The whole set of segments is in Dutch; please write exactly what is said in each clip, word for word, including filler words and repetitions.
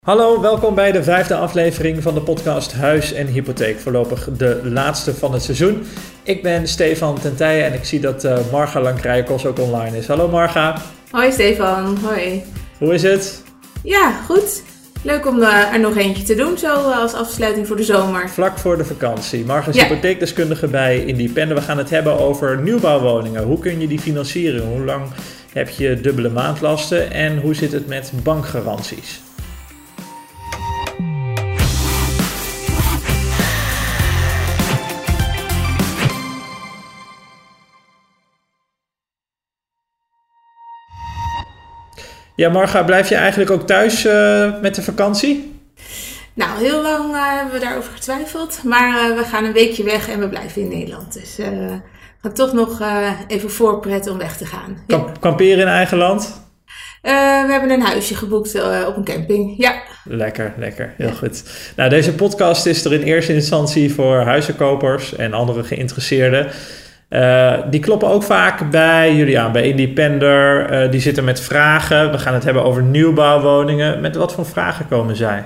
Hallo, welkom bij de vijfde aflevering van de podcast Huis en Hypotheek. Voorlopig de laatste van het seizoen. Ik ben Stefan ten Tije en ik zie dat uh, Marga Lankrijkels ook online is. Hallo Marga. Hoi Stefan, hoi. Hoe is het? Ja, goed. Leuk om uh, er nog eentje te doen, zo uh, als afsluiting voor de zomer. Vlak voor de vakantie. Marga is ja. hypotheekdeskundige bij Independer. We gaan het hebben over nieuwbouwwoningen. Hoe kun je die financieren? Hoe lang heb je dubbele maandlasten? En hoe zit het met bankgaranties? Ja, Marga, blijf je eigenlijk ook thuis uh, met de vakantie? Nou, heel lang uh, hebben we daarover getwijfeld. Maar uh, we gaan een weekje weg en we blijven in Nederland. Dus uh, we gaan toch nog uh, even voorpretten om weg te gaan. Kamp- ja. Kamperen in eigen land? Uh, we hebben een huisje geboekt uh, op een camping, ja. Lekker, lekker. Heel ja. goed. Nou, deze podcast is er in eerste instantie voor huizenkopers en andere geïnteresseerden. Uh, die kloppen ook vaak bij jullie aan, bij Independer. Uh, die zitten met vragen. We gaan het hebben over nieuwbouwwoningen. Met wat voor vragen komen zij?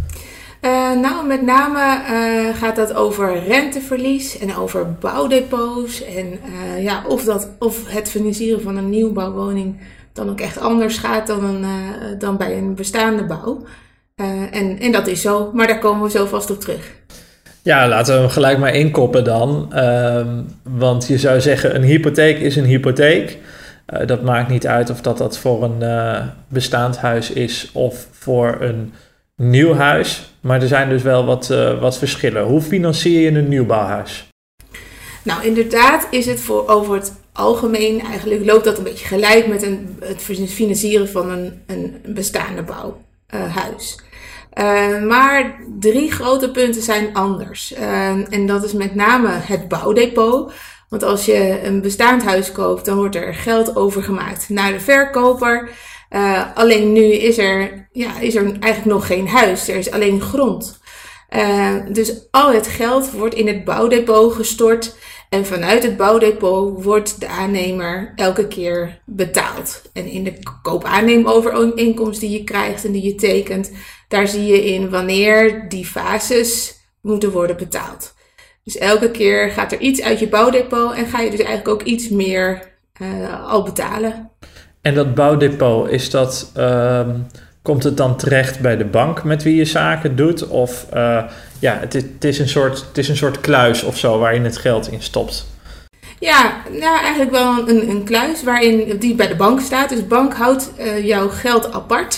Uh, nou, met name uh, gaat dat over renteverlies en over bouwdepots. En uh, ja, of, dat, of het financieren van een nieuwbouwwoning dan ook echt anders gaat dan, een, uh, dan bij een bestaande bouw. Uh, en, en dat is zo, maar daar komen we zo vast op terug. Ja, laten we hem gelijk maar inkoppen dan. Um, want je zou zeggen, een hypotheek is een hypotheek. Uh, dat maakt niet uit of dat, dat voor een uh, bestaand huis is of voor een nieuw huis. Maar er zijn dus wel wat, uh, wat verschillen. Hoe financier je een nieuwbouwhuis? Nou, inderdaad is het voor over het algemeen eigenlijk loopt dat een beetje gelijk met een, het financieren van een, een bestaande bouwhuis. Uh, Uh, maar drie grote punten zijn anders. Uh, en dat is met name het bouwdepot. Want als je een bestaand huis koopt, dan wordt er geld overgemaakt naar de verkoper. Uh, alleen nu is er, ja, is er eigenlijk nog geen huis. Er is alleen grond. Uh, dus al het geld wordt in het bouwdepot gestort. En vanuit het bouwdepot wordt de aannemer elke keer betaald. En in de koop-aanneemovereenkomst die je krijgt en die je tekent, daar zie je in wanneer die fases moeten worden betaald. Dus elke keer gaat er iets uit je bouwdepot en ga je dus eigenlijk ook iets meer uh, al betalen. En dat bouwdepot, is dat, uh, komt het dan terecht bij de bank met wie je zaken doet? Of uh, ja, het is, het, is een soort, het is een soort kluis of zo waar je het geld in stopt? Ja, nou eigenlijk wel een, een kluis waarin die bij de bank staat. Dus de bank houdt uh, jouw geld apart.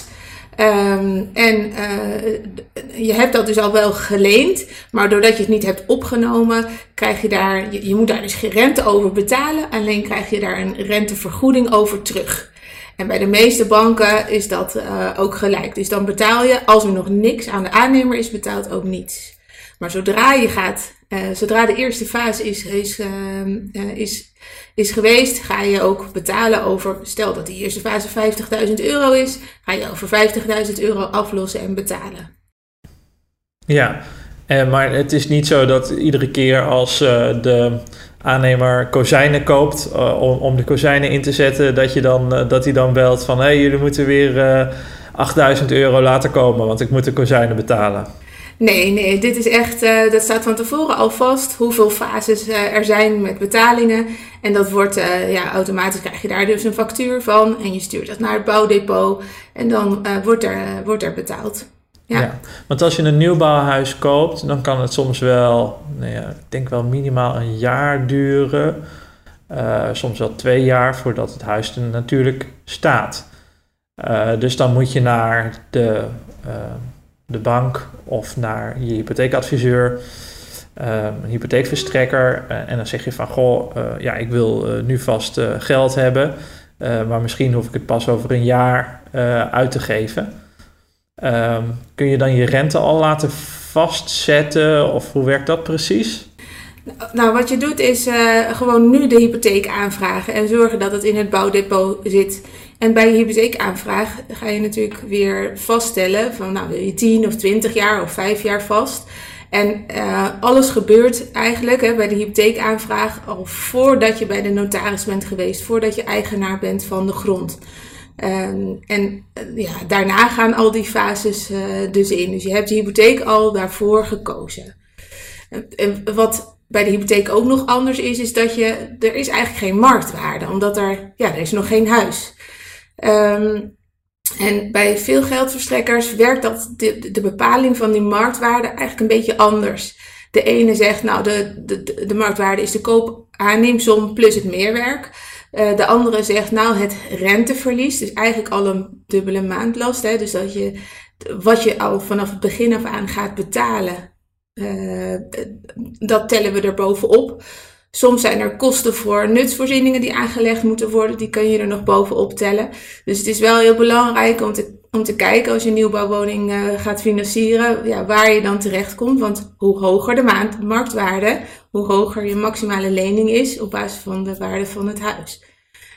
Um, en uh, je hebt dat dus al wel geleend, maar doordat je het niet hebt opgenomen, krijg je daar, je, je moet daar dus geen rente over betalen, alleen krijg je daar een rentevergoeding over terug. En bij de meeste banken is dat uh, ook gelijk. Dus dan betaal je, als er nog niks aan de aannemer is betaald, ook niets. Maar zodra je gaat, uh, zodra de eerste fase is, is, uh, uh, is, is geweest, ga je ook betalen over, stel dat die eerste fase vijftigduizend euro is, ga je over vijftigduizend euro aflossen en betalen. Ja, eh, maar het is niet zo dat iedere keer als uh, de aannemer kozijnen koopt, uh, om, om de kozijnen in te zetten, dat je dan, uh, dat hij dan belt van, hé, hey, jullie moeten weer uh, achtduizend euro laten komen, want ik moet de kozijnen betalen. Nee, nee, dit is echt, uh, dat staat van tevoren al vast hoeveel fases uh, er zijn met betalingen. En dat wordt, uh, ja, automatisch krijg je daar dus een factuur van en je stuurt dat naar het bouwdepot en dan uh, wordt, er, uh, wordt er betaald. Ja. Ja, want als je een nieuwbouwhuis koopt, dan kan het soms wel, nou ja, ik denk wel minimaal een jaar duren. Uh, soms wel twee jaar voordat het huis er natuurlijk staat. Uh, dus dan moet je naar de... Uh, de bank of naar je hypotheekadviseur, uh, een hypotheekverstrekker. Uh, en dan zeg je van, goh, uh, ja, ik wil uh, nu vast uh, geld hebben, uh, maar misschien hoef ik het pas over een jaar uh, uit te geven. Uh, kun je dan je rente al laten vastzetten of hoe werkt dat precies? Nou, wat je doet is uh, gewoon nu de hypotheek aanvragen en zorgen dat het in het bouwdepot zit. En bij je hypotheekaanvraag ga je natuurlijk weer vaststellen van, nou, wil je tien of twintig jaar of vijf jaar vast. En uh, alles gebeurt eigenlijk hè, bij de hypotheekaanvraag al voordat je bij de notaris bent geweest, voordat je eigenaar bent van de grond. Um, en uh, ja, daarna gaan al die fases uh, dus in. Dus je hebt de hypotheek al daarvoor gekozen. En uh, wat bij de hypotheek ook nog anders is, is dat je, er is eigenlijk geen marktwaarde, omdat er, ja, er is nog geen huis. Um, en bij veel geldverstrekkers werkt dat de, de bepaling van die marktwaarde eigenlijk een beetje anders. De ene zegt, nou, de, de, de marktwaarde is de koopaanneemsom plus het meerwerk. Uh, de andere zegt, nou, het renteverlies, dus eigenlijk al een dubbele maandlast. Hè, dus dat je, wat je al vanaf het begin af aan gaat betalen, uh, dat tellen we er bovenop. Soms zijn er kosten voor nutsvoorzieningen die aangelegd moeten worden. Die kan je er nog bovenop tellen. Dus het is wel heel belangrijk om te, om te kijken als je een nieuwbouwwoning uh, gaat financieren. Ja, waar je dan terecht komt. Want hoe hoger de maand, marktwaarde, hoe hoger je maximale lening is op basis van de waarde van het huis.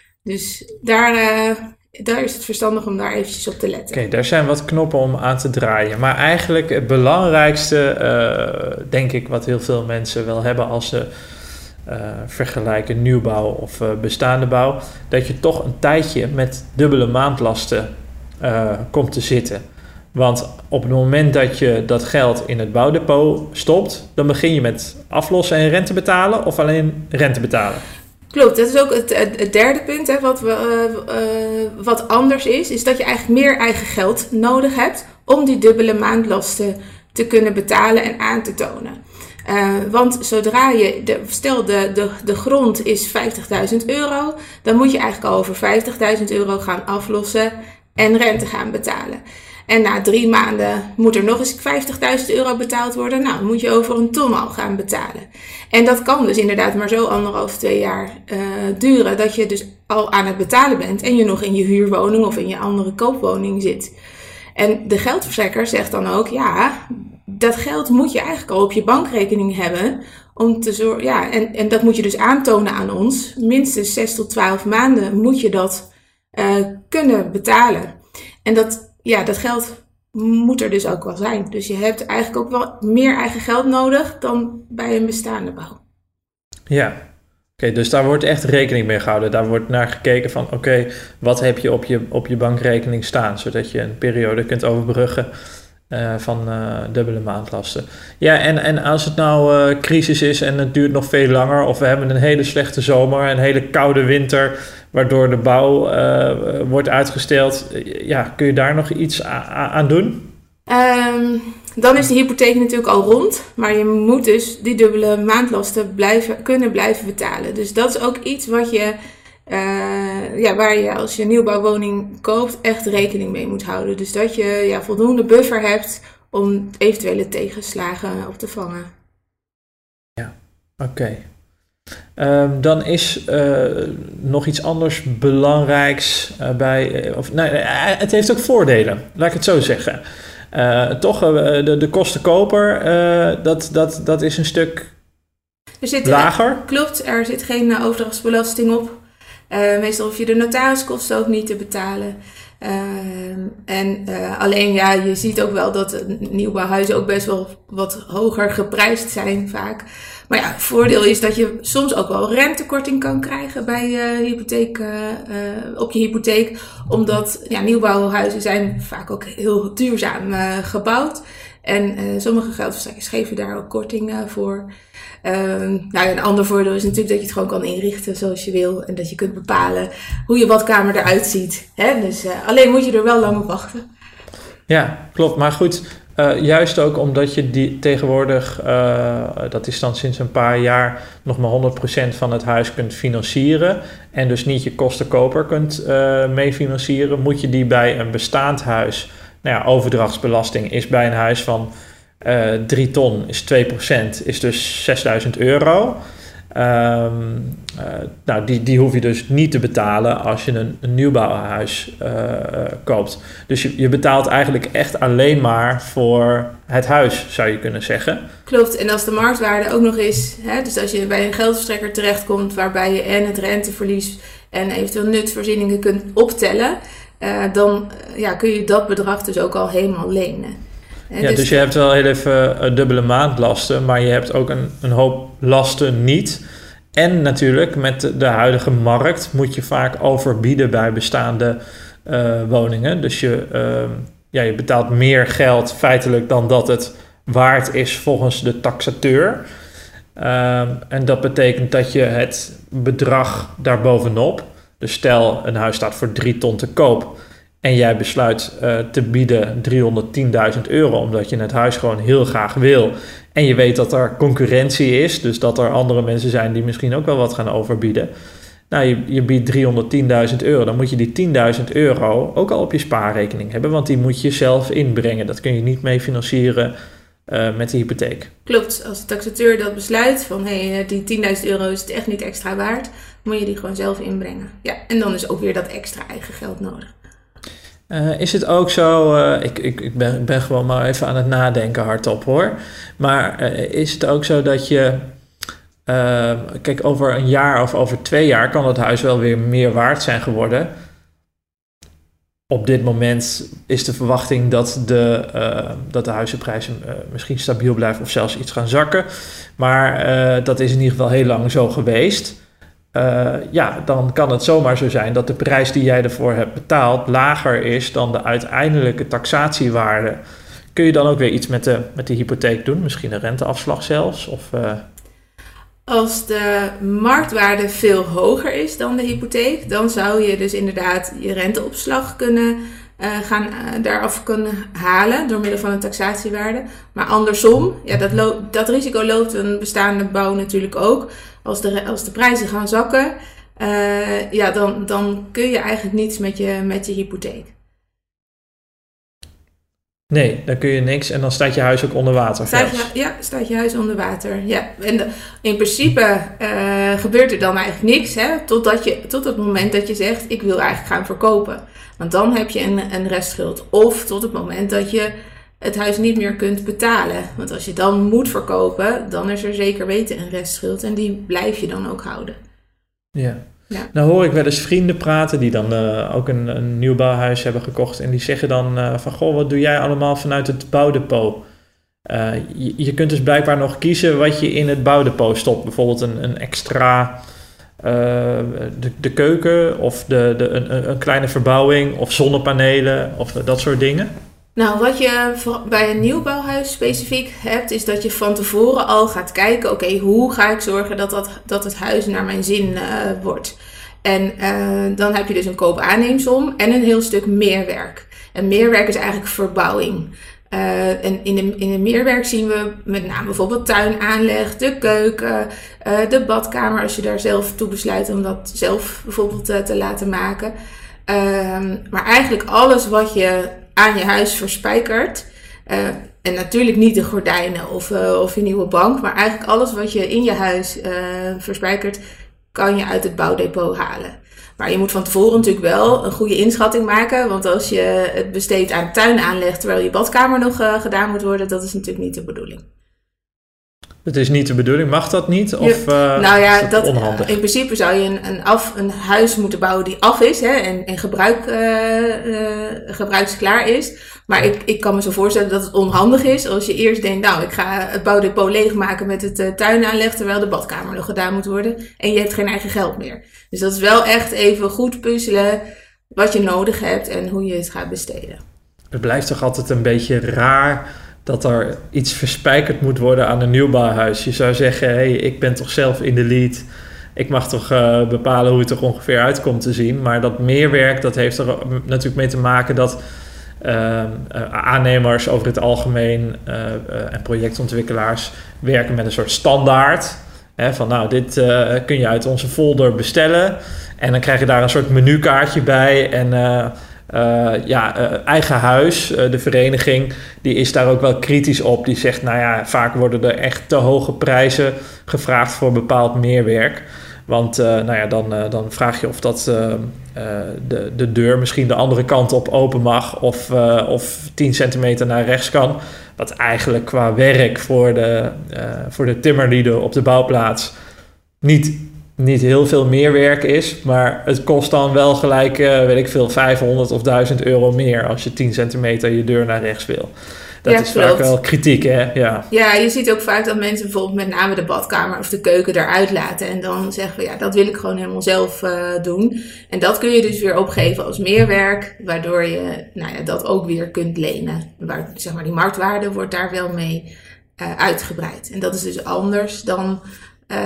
Dus daar, uh, daar is het verstandig om daar eventjes op te letten. Oké, okay, daar zijn wat knoppen om aan te draaien. Maar eigenlijk het belangrijkste, uh, denk ik, wat heel veel mensen wel hebben als ze Uh, vergelijken nieuwbouw of uh, bestaande bouw, dat je toch een tijdje met dubbele maandlasten uh, komt te zitten. Want op het moment dat je dat geld in het bouwdepot stopt, dan begin je met aflossen en rente betalen of alleen rente betalen. Klopt, dat is ook het, het derde punt, hè, wat, we, uh, uh, wat anders is, is dat je eigenlijk meer eigen geld nodig hebt om die dubbele maandlasten te kunnen betalen en aan te tonen. Uh, want zodra je, de, stel de, de, de grond is vijftigduizend euro, dan moet je eigenlijk al over vijftigduizend euro gaan aflossen en rente gaan betalen. En na drie maanden moet er nog eens vijftigduizend euro betaald worden. Nou, dan moet je over een ton al gaan betalen. En dat kan dus inderdaad maar zo anderhalf, twee jaar uh, duren, dat je dus al aan het betalen bent en je nog in je huurwoning of in je andere koopwoning zit. En de geldverstrekker zegt dan ook, ja, dat geld moet je eigenlijk al op je bankrekening hebben. Om te zorgen, ja, en, en dat moet je dus aantonen aan ons. Minstens zes tot twaalf maanden moet je dat uh, kunnen betalen. En dat, ja, dat geld moet er dus ook wel zijn. Dus je hebt eigenlijk ook wel meer eigen geld nodig dan bij een bestaande bouw. Ja, oké, okay, dus daar wordt echt rekening mee gehouden. Daar wordt naar gekeken van, oké, okay, wat heb je op je op je bankrekening staan, zodat je een periode kunt overbruggen uh, van uh, dubbele maandlasten. Ja, en, en als het nou uh, crisis is en het duurt nog veel langer, of we hebben een hele slechte zomer, een hele koude winter, waardoor de bouw uh, wordt uitgesteld, ja, kun je daar nog iets a- aan doen? Um, dan is de hypotheek natuurlijk al rond, maar je moet dus die dubbele maandlasten blijven, kunnen blijven betalen. Dus dat is ook iets wat je, uh, ja, waar je als je een nieuwbouwwoning koopt echt rekening mee moet houden. Dus dat je ja, voldoende buffer hebt om eventuele tegenslagen op te vangen. Ja, oké. Okay. Um, dan is uh, nog iets anders belangrijks uh, bij, uh, of nee, uh, het heeft ook voordelen, laat ik het zo zeggen. Uh, toch, uh, de, de kostenkoper, uh, dat, dat, dat is een stuk er zit, lager. Uh, klopt, er zit geen uh, overdrachtsbelasting op. Uh, meestal hoef je de notariskosten ook niet te betalen. Uh, en uh, alleen ja, je ziet ook wel dat nieuwbouwhuizen ook best wel wat hoger geprijsd zijn vaak. Maar ja, het voordeel is dat je soms ook wel rentekorting kan krijgen bij uh, hypotheek, uh, uh, op je hypotheek. Omdat ja, nieuwbouwhuizen zijn vaak ook heel duurzaam uh, gebouwd. En uh, sommige geldverstrekkers geven daar ook korting uh, voor. Uh, nou, een ander voordeel is natuurlijk dat je het gewoon kan inrichten zoals je wil. En dat je kunt bepalen hoe je badkamer eruit ziet. Hè? Dus uh, alleen moet je er wel lang op wachten. Ja, klopt. Maar goed, uh, juist ook omdat je die tegenwoordig, uh, dat is dan sinds een paar jaar, nog maar honderd procent van het huis kunt financieren. En dus niet je kostenkoper kunt uh, meefinancieren. Moet je die bij een bestaand huis, nou ja, overdrachtsbelasting is bij een huis van uh, drie ton is twee procent, is dus zesduizend euro. Um, uh, nou, die, die hoef je dus niet te betalen als je een, een nieuwbouwhuis uh, uh, koopt. Dus je, je betaalt eigenlijk echt alleen maar voor het huis, zou je kunnen zeggen. Klopt, en als de marktwaarde ook nog is, hè, dus als je bij een geldverstrekker terechtkomt waarbij je en het renteverlies en eventueel nutsvoorzieningen kunt optellen, uh, dan uh, ja, kun je dat bedrag dus ook al helemaal lenen. Ja, dus, dus je hebt wel heel even uh, dubbele maandlasten, maar je hebt ook een, een hoop lasten niet. En natuurlijk met de, de huidige markt moet je vaak overbieden bij bestaande uh, woningen. Dus je, uh, ja, je betaalt meer geld feitelijk dan dat het waard is volgens de taxateur. Uh, en dat betekent dat je het bedrag daarbovenop, dus stel een huis staat voor drie ton te koop en jij besluit uh, te bieden driehonderdtienduizend euro omdat je het huis gewoon heel graag wil en je weet dat er concurrentie is, dus dat er andere mensen zijn die misschien ook wel wat gaan overbieden. Nou, je, je biedt driehonderdtienduizend euro, dan moet je die tienduizend euro ook al op je spaarrekening hebben, want die moet je zelf inbrengen. Dat kun je niet mee financieren uh, met de hypotheek. Klopt, als de taxateur dat besluit van hey, die tienduizend euro is het echt niet extra waard, moet je die gewoon zelf inbrengen. Ja, en dan is ook weer dat extra eigen geld nodig. Uh, is het ook zo, uh, ik, ik, ik, ben, ik ben gewoon maar even aan het nadenken hardop hoor, maar uh, is het ook zo dat je, uh, kijk over een jaar of over twee jaar kan het huis wel weer meer waard zijn geworden. Op dit moment is de verwachting dat de, uh, dat de huizenprijzen uh, misschien stabiel blijven of zelfs iets gaan zakken, maar uh, dat is in ieder geval heel lang zo geweest. Uh, ja, dan kan het zomaar zo zijn dat de prijs die jij ervoor hebt betaald lager is dan de uiteindelijke taxatiewaarde. Kun je dan ook weer iets met de, met de hypotheek doen? Misschien een renteafslag zelfs? Of, uh... Als de marktwaarde veel hoger is dan de hypotheek, dan zou je dus inderdaad je renteopslag kunnen uh, gaan uh, daaraf kunnen halen door middel van een taxatiewaarde. Maar andersom, ja, dat, lo- dat risico loopt een bestaande bouw natuurlijk ook. Als de, als de prijzen gaan zakken, uh, ja, dan, dan kun je eigenlijk niets met je, met je hypotheek. Nee, dan kun je niks en dan staat je huis ook onder water. Staat je, ja, staat je huis onder water. Ja. En de, in principe uh, gebeurt er dan eigenlijk niks, hè, totdat je, tot het moment dat je zegt, ik wil eigenlijk gaan verkopen. Want dan heb je een, een restschuld. Of tot het moment dat je het huis niet meer kunt betalen. Want als je dan moet verkopen, dan is er zeker weten een restschuld. En die blijf je dan ook houden. Ja. Ja. Nou hoor ik wel eens vrienden praten die dan uh, ook een, een nieuwbouwhuis hebben gekocht. En die zeggen dan uh, van, goh, wat doe jij allemaal vanuit het bouwdepot? Uh, je, je kunt dus blijkbaar nog kiezen wat je in het bouwdepot stopt. Bijvoorbeeld een, een extra, uh, de, de keuken of de, de, een, een kleine verbouwing of zonnepanelen of dat soort dingen. Nou, wat je bij een nieuwbouwhuis specifiek hebt, is dat je van tevoren al gaat kijken, oké, okay, hoe ga ik zorgen dat, dat, dat het huis naar mijn zin uh, wordt? En uh, dan heb je dus een koop-aanneemsom en een heel stuk meerwerk. En meerwerk is eigenlijk verbouwing. Uh, en in de, in de meerwerk zien we met name bijvoorbeeld tuinaanleg, de keuken, uh, de badkamer, als je daar zelf toe besluit om dat zelf bijvoorbeeld uh, te laten maken. Uh, maar eigenlijk alles wat je aan je huis verspijkert. Uh, en natuurlijk niet de gordijnen of, uh, of je nieuwe bank. Maar eigenlijk alles wat je in je huis uh, verspijkert, kan je uit het bouwdepot halen. Maar je moet van tevoren natuurlijk wel een goede inschatting maken. Want als je het besteedt aan tuinaanleg terwijl je badkamer nog uh, gedaan moet worden, dat is natuurlijk niet de bedoeling. Het is niet de bedoeling, mag dat niet? Of uh, nou ja, is dat, dat onhandig? In principe zou je een, een, af, een huis moeten bouwen die af is, hè, en, en gebruik, uh, uh, gebruiksklaar is. Maar ik, ik kan me zo voorstellen dat het onhandig is als je eerst denkt, nou, ik ga het bouwdepot leegmaken met het uh, tuinaanleg terwijl de badkamer nog gedaan moet worden. En je hebt geen eigen geld meer. Dus dat is wel echt even goed puzzelen wat je nodig hebt en hoe je het gaat besteden. Het blijft toch altijd een beetje raar dat er iets verspijkerd moet worden aan een nieuwbouwhuis. Je zou zeggen, hé, hey, ik ben toch zelf in de lead. Ik mag toch uh, bepalen hoe het er ongeveer uit komt te zien. Maar dat meerwerk, dat heeft er natuurlijk mee te maken dat uh, uh, aannemers over het algemeen uh, uh, en projectontwikkelaars werken met een soort standaard. Hè, van nou, dit uh, kun je uit onze folder bestellen. En dan krijg je daar een soort menukaartje bij en Uh, Uh, ja, uh, eigen huis, uh, de vereniging, die is daar ook wel kritisch op. Die zegt, nou ja, vaak worden er echt te hoge prijzen gevraagd voor bepaald meerwerk. Want uh, nou ja, dan, uh, dan vraag je of dat uh, uh, de, de deur misschien de andere kant op open mag of, uh, of tien centimeter naar rechts kan. Wat eigenlijk qua werk voor de, uh, voor de timmerlieden op de bouwplaats niet niet heel veel meer werk is, maar het kost dan wel gelijk, uh, weet ik veel, vijfhonderd of duizend euro meer als je tien centimeter je deur naar rechts wil. Dat ja, is klopt. vaak wel kritiek, hè? Ja. Ja, je ziet ook vaak dat mensen bijvoorbeeld met name de badkamer of de keuken eruit laten. En dan zeggen we, ja, dat wil ik gewoon helemaal zelf uh, doen. En dat kun je dus weer opgeven als meerwerk, waardoor je nou ja, dat ook weer kunt lenen. Waar, zeg maar, die marktwaarde wordt daar wel mee uh, uitgebreid. En dat is dus anders dan uh,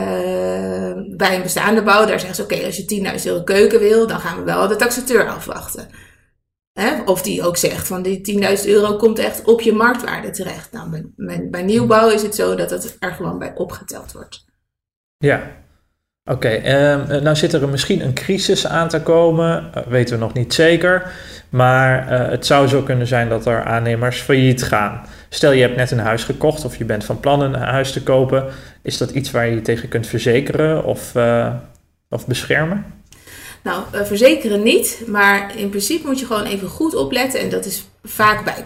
bij een bestaande bouw. Daar zeggen ze, oké, okay, als je tienduizend euro keuken wil, dan gaan we wel de taxateur afwachten. Hè? Of die ook zegt van die tienduizend euro komt echt op je marktwaarde terecht. Nou, bij, bij, bij nieuwbouw is het zo dat het er gewoon bij opgeteld wordt. Ja, oké. Okay. Uh, nou zit er misschien een crisis aan te komen, uh, weten we nog niet zeker. Maar uh, het zou zo kunnen zijn dat er aannemers failliet gaan. Stel je hebt net een huis gekocht of je bent van plan een huis te kopen. Is dat iets waar je je tegen kunt verzekeren of, uh, of beschermen? Nou, uh, verzekeren niet, maar in principe moet je gewoon even goed opletten. En dat is vaak bij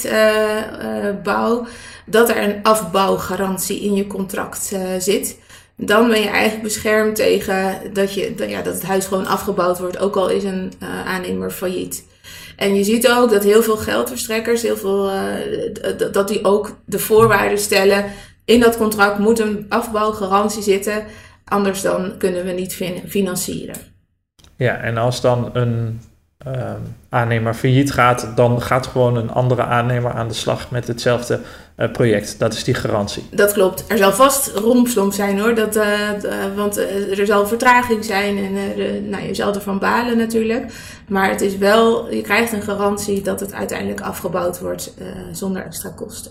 projectbouw, uh, uh, dat er een afbouwgarantie in je contract uh, zit. Dan ben je eigenlijk beschermd tegen dat, je, dat, ja, dat het huis gewoon afgebouwd wordt, ook al is een uh, aannemer failliet. En je ziet ook dat heel veel geldverstrekkers, heel veel, uh, d- dat die ook de voorwaarden stellen. In dat contract moet een afbouwgarantie zitten, anders dan kunnen we niet fin- financieren. Ja, en als dan een uh, aannemer failliet gaat, dan gaat gewoon een andere aannemer aan de slag met hetzelfde uh, project. Dat is die garantie. Dat klopt. Er zal vast rompslomp zijn hoor, dat, uh, d- uh, want uh, er zal vertraging zijn en uh, de, nou, je zal ervan balen natuurlijk. Maar het is wel, je krijgt een garantie dat het uiteindelijk afgebouwd wordt uh, zonder extra kosten.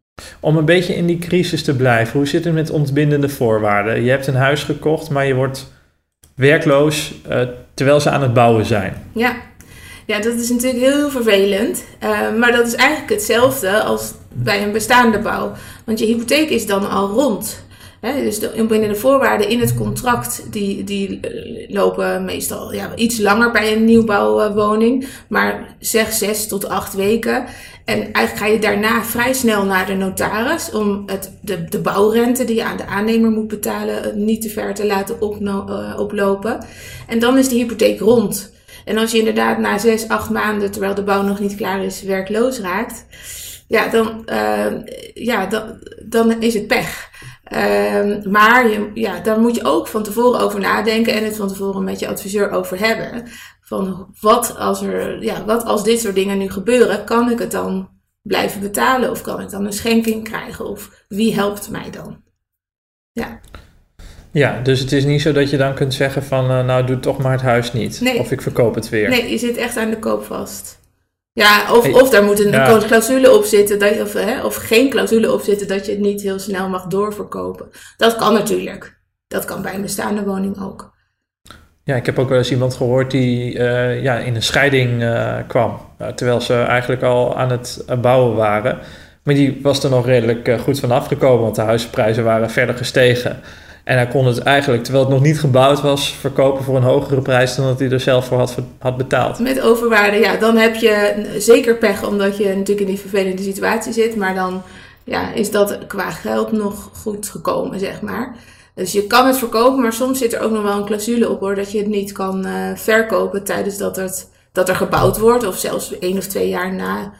Om een beetje in die crisis te blijven, hoe zit het met ontbindende voorwaarden? Je hebt een huis gekocht, maar je wordt werkloos uh, terwijl ze aan het bouwen zijn. Ja. ja, dat is natuurlijk heel vervelend. Uh, maar dat is eigenlijk hetzelfde als bij een bestaande bouw. Want je hypotheek is dan al rond. He, dus de ontbindende voorwaarden in het contract die, die lopen meestal ja, iets langer bij een nieuwbouwwoning. Maar zeg zes tot acht weken. En eigenlijk ga je daarna vrij snel naar de notaris om het, de, de bouwrente die je aan de aannemer moet betalen niet te ver te laten opno, uh, oplopen. En dan is de hypotheek rond. En als je inderdaad na zes, acht maanden, terwijl de bouw nog niet klaar is, werkloos raakt, ja, dan, uh, ja, dan, dan is het pech. Uh, maar je, ja, daar moet je ook van tevoren over nadenken en het van tevoren met je adviseur over hebben. Van wat als, er, ja, wat als dit soort dingen nu gebeuren, kan ik het dan blijven betalen? Of kan ik dan een schenking krijgen? Of wie helpt mij dan? Ja. Ja, dus het is niet zo dat je dan kunt zeggen van uh, nou doe toch maar het huis niet. Nee. Of ik verkoop het weer. Nee, je zit echt aan de koop vast. Ja, of, Hey, of daar moet een, ja. een clausule op zitten, dat, of, hè, of geen clausule op zitten dat je het niet heel snel mag doorverkopen. Dat kan natuurlijk. Dat kan bij een bestaande woning ook. Ja, ik heb ook wel eens iemand gehoord die uh, ja, in een scheiding uh, kwam. Uh, terwijl ze eigenlijk al aan het uh, bouwen waren. Maar die was er nog redelijk uh, goed van afgekomen, want de huisprijzen waren verder gestegen. En hij kon het eigenlijk, terwijl het nog niet gebouwd was, verkopen voor een hogere prijs dan dat hij er zelf voor had, had betaald. Met overwaarde, ja, dan heb je zeker pech omdat je natuurlijk in die vervelende situatie zit. Maar dan ja, is dat qua geld nog goed gekomen, zeg maar. Dus je kan het verkopen, maar soms zit er ook nog wel een clausule op hoor, dat je het niet kan uh, verkopen tijdens dat, het, dat er gebouwd wordt. Of zelfs één of twee jaar na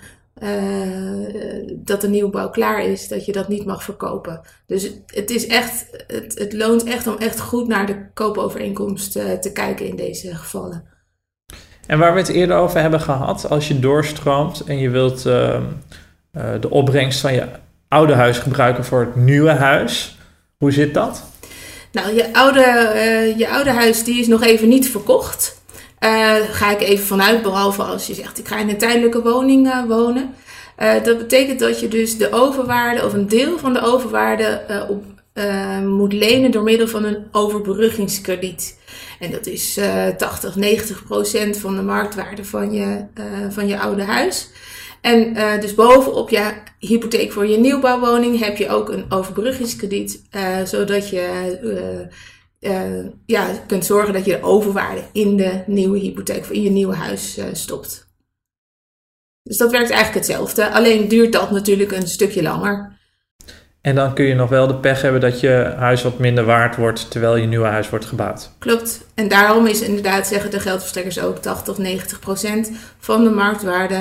uh, dat de nieuwbouw klaar is, dat je dat niet mag verkopen. Dus het, het, is echt, het, het loont echt om echt goed naar de koopovereenkomst uh, te kijken in deze gevallen. En waar we het eerder over hebben gehad, als je doorstroomt en je wilt uh, uh, de opbrengst van je oude huis gebruiken voor het nieuwe huis, hoe zit dat? Nou, je oude, uh, je oude huis die is nog even niet verkocht. Uh, ga ik even vanuit, behalve als je zegt ik ga in een tijdelijke woning uh, wonen. Uh, dat betekent dat je dus de overwaarde of een deel van de overwaarde uh, op, uh, moet lenen door middel van een overbruggingskrediet. En dat is uh, tachtig, negentig procent van de marktwaarde van je, uh, van je oude huis. En uh, dus bovenop je hypotheek voor je nieuwbouwwoning heb je ook een overbruggingskrediet, uh, zodat je uh, uh, ja, kunt zorgen dat je de overwaarde in de nieuwe hypotheek, in je nieuwe huis uh, stopt. Dus dat werkt eigenlijk hetzelfde, alleen duurt dat natuurlijk een stukje langer. En dan kun je nog wel de pech hebben dat je huis wat minder waard wordt terwijl je nieuwe huis wordt gebouwd. Klopt. En daarom is inderdaad, zeggen de geldverstrekkers ook, tachtig, negentig procent van de marktwaarde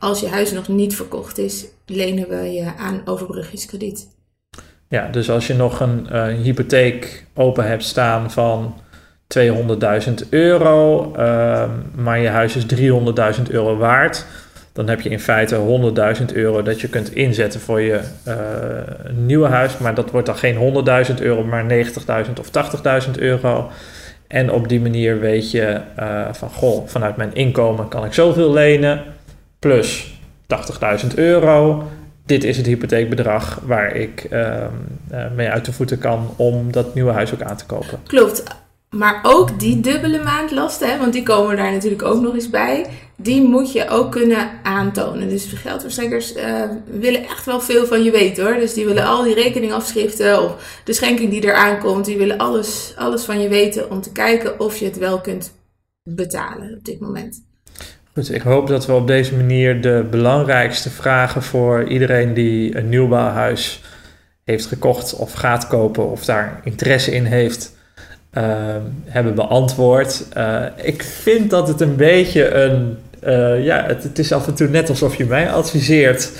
als je huis nog niet verkocht is, lenen we je aan overbruggingskrediet. Ja, dus als je nog een uh, hypotheek open hebt staan van tweehonderdduizend euro, uh, maar je huis is driehonderdduizend euro waard, dan heb je in feite honderdduizend euro dat je kunt inzetten voor je uh, nieuwe huis. Maar dat wordt dan geen honderdduizend euro, maar negentigduizend of tachtigduizend euro. En op die manier weet je uh, van, goh, vanuit mijn inkomen kan ik zoveel lenen, plus tachtigduizend euro. Dit is het hypotheekbedrag waar ik uh, uh, mee uit de voeten kan om dat nieuwe huis ook aan te kopen. Klopt. Maar ook die dubbele maandlasten, hè, want die komen daar natuurlijk ook nog eens bij, die moet je ook kunnen aantonen. Dus geldverstrekkers uh, willen echt wel veel van je weten hoor. Dus die willen al die rekeningafschriften of de schenking die eraan komt, die willen alles, alles van je weten om te kijken of je het wel kunt betalen op dit moment. Goed, ik hoop dat we op deze manier de belangrijkste vragen voor iedereen die een nieuwbouwhuis heeft gekocht of gaat kopen of daar interesse in heeft, Uh, hebben beantwoord. Uh, ik vind dat het een beetje een... Uh, ja, het, het is af en toe net alsof je mij adviseert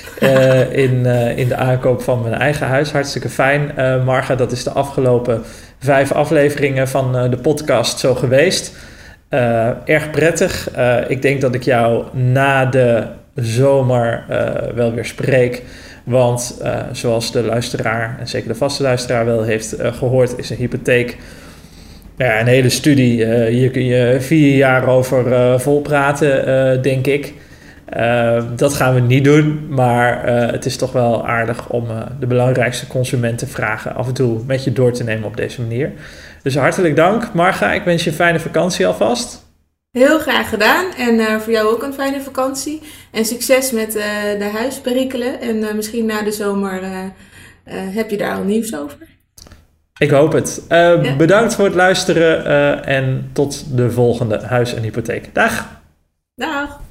uh, in, uh, in de aankoop van mijn eigen huis. Hartstikke fijn, uh, Marga. Dat is de afgelopen vijf afleveringen van uh, de podcast zo geweest. Uh, erg prettig. Uh, ik denk dat ik jou na de zomer uh, wel weer spreek. Want uh, zoals de luisteraar, en zeker de vaste luisteraar wel heeft uh, gehoord, is een hypotheek ja, een hele studie. Uh, hier kun je vier jaar over uh, vol praten, uh, denk ik. Uh, dat gaan we niet doen, maar uh, het is toch wel aardig om uh, de belangrijkste consumentenvragen af en toe met je door te nemen op deze manier. Dus hartelijk dank, Marga. Ik wens je een fijne vakantie alvast. Heel graag gedaan en uh, voor jou ook een fijne vakantie. En succes met uh, de huisperikelen. En uh, misschien na de zomer uh, uh, heb je daar al nieuws over. Ik hoop het. Uh, ja. Bedankt voor het luisteren uh, en tot de volgende Huis en Hypotheek. Dag! Dag!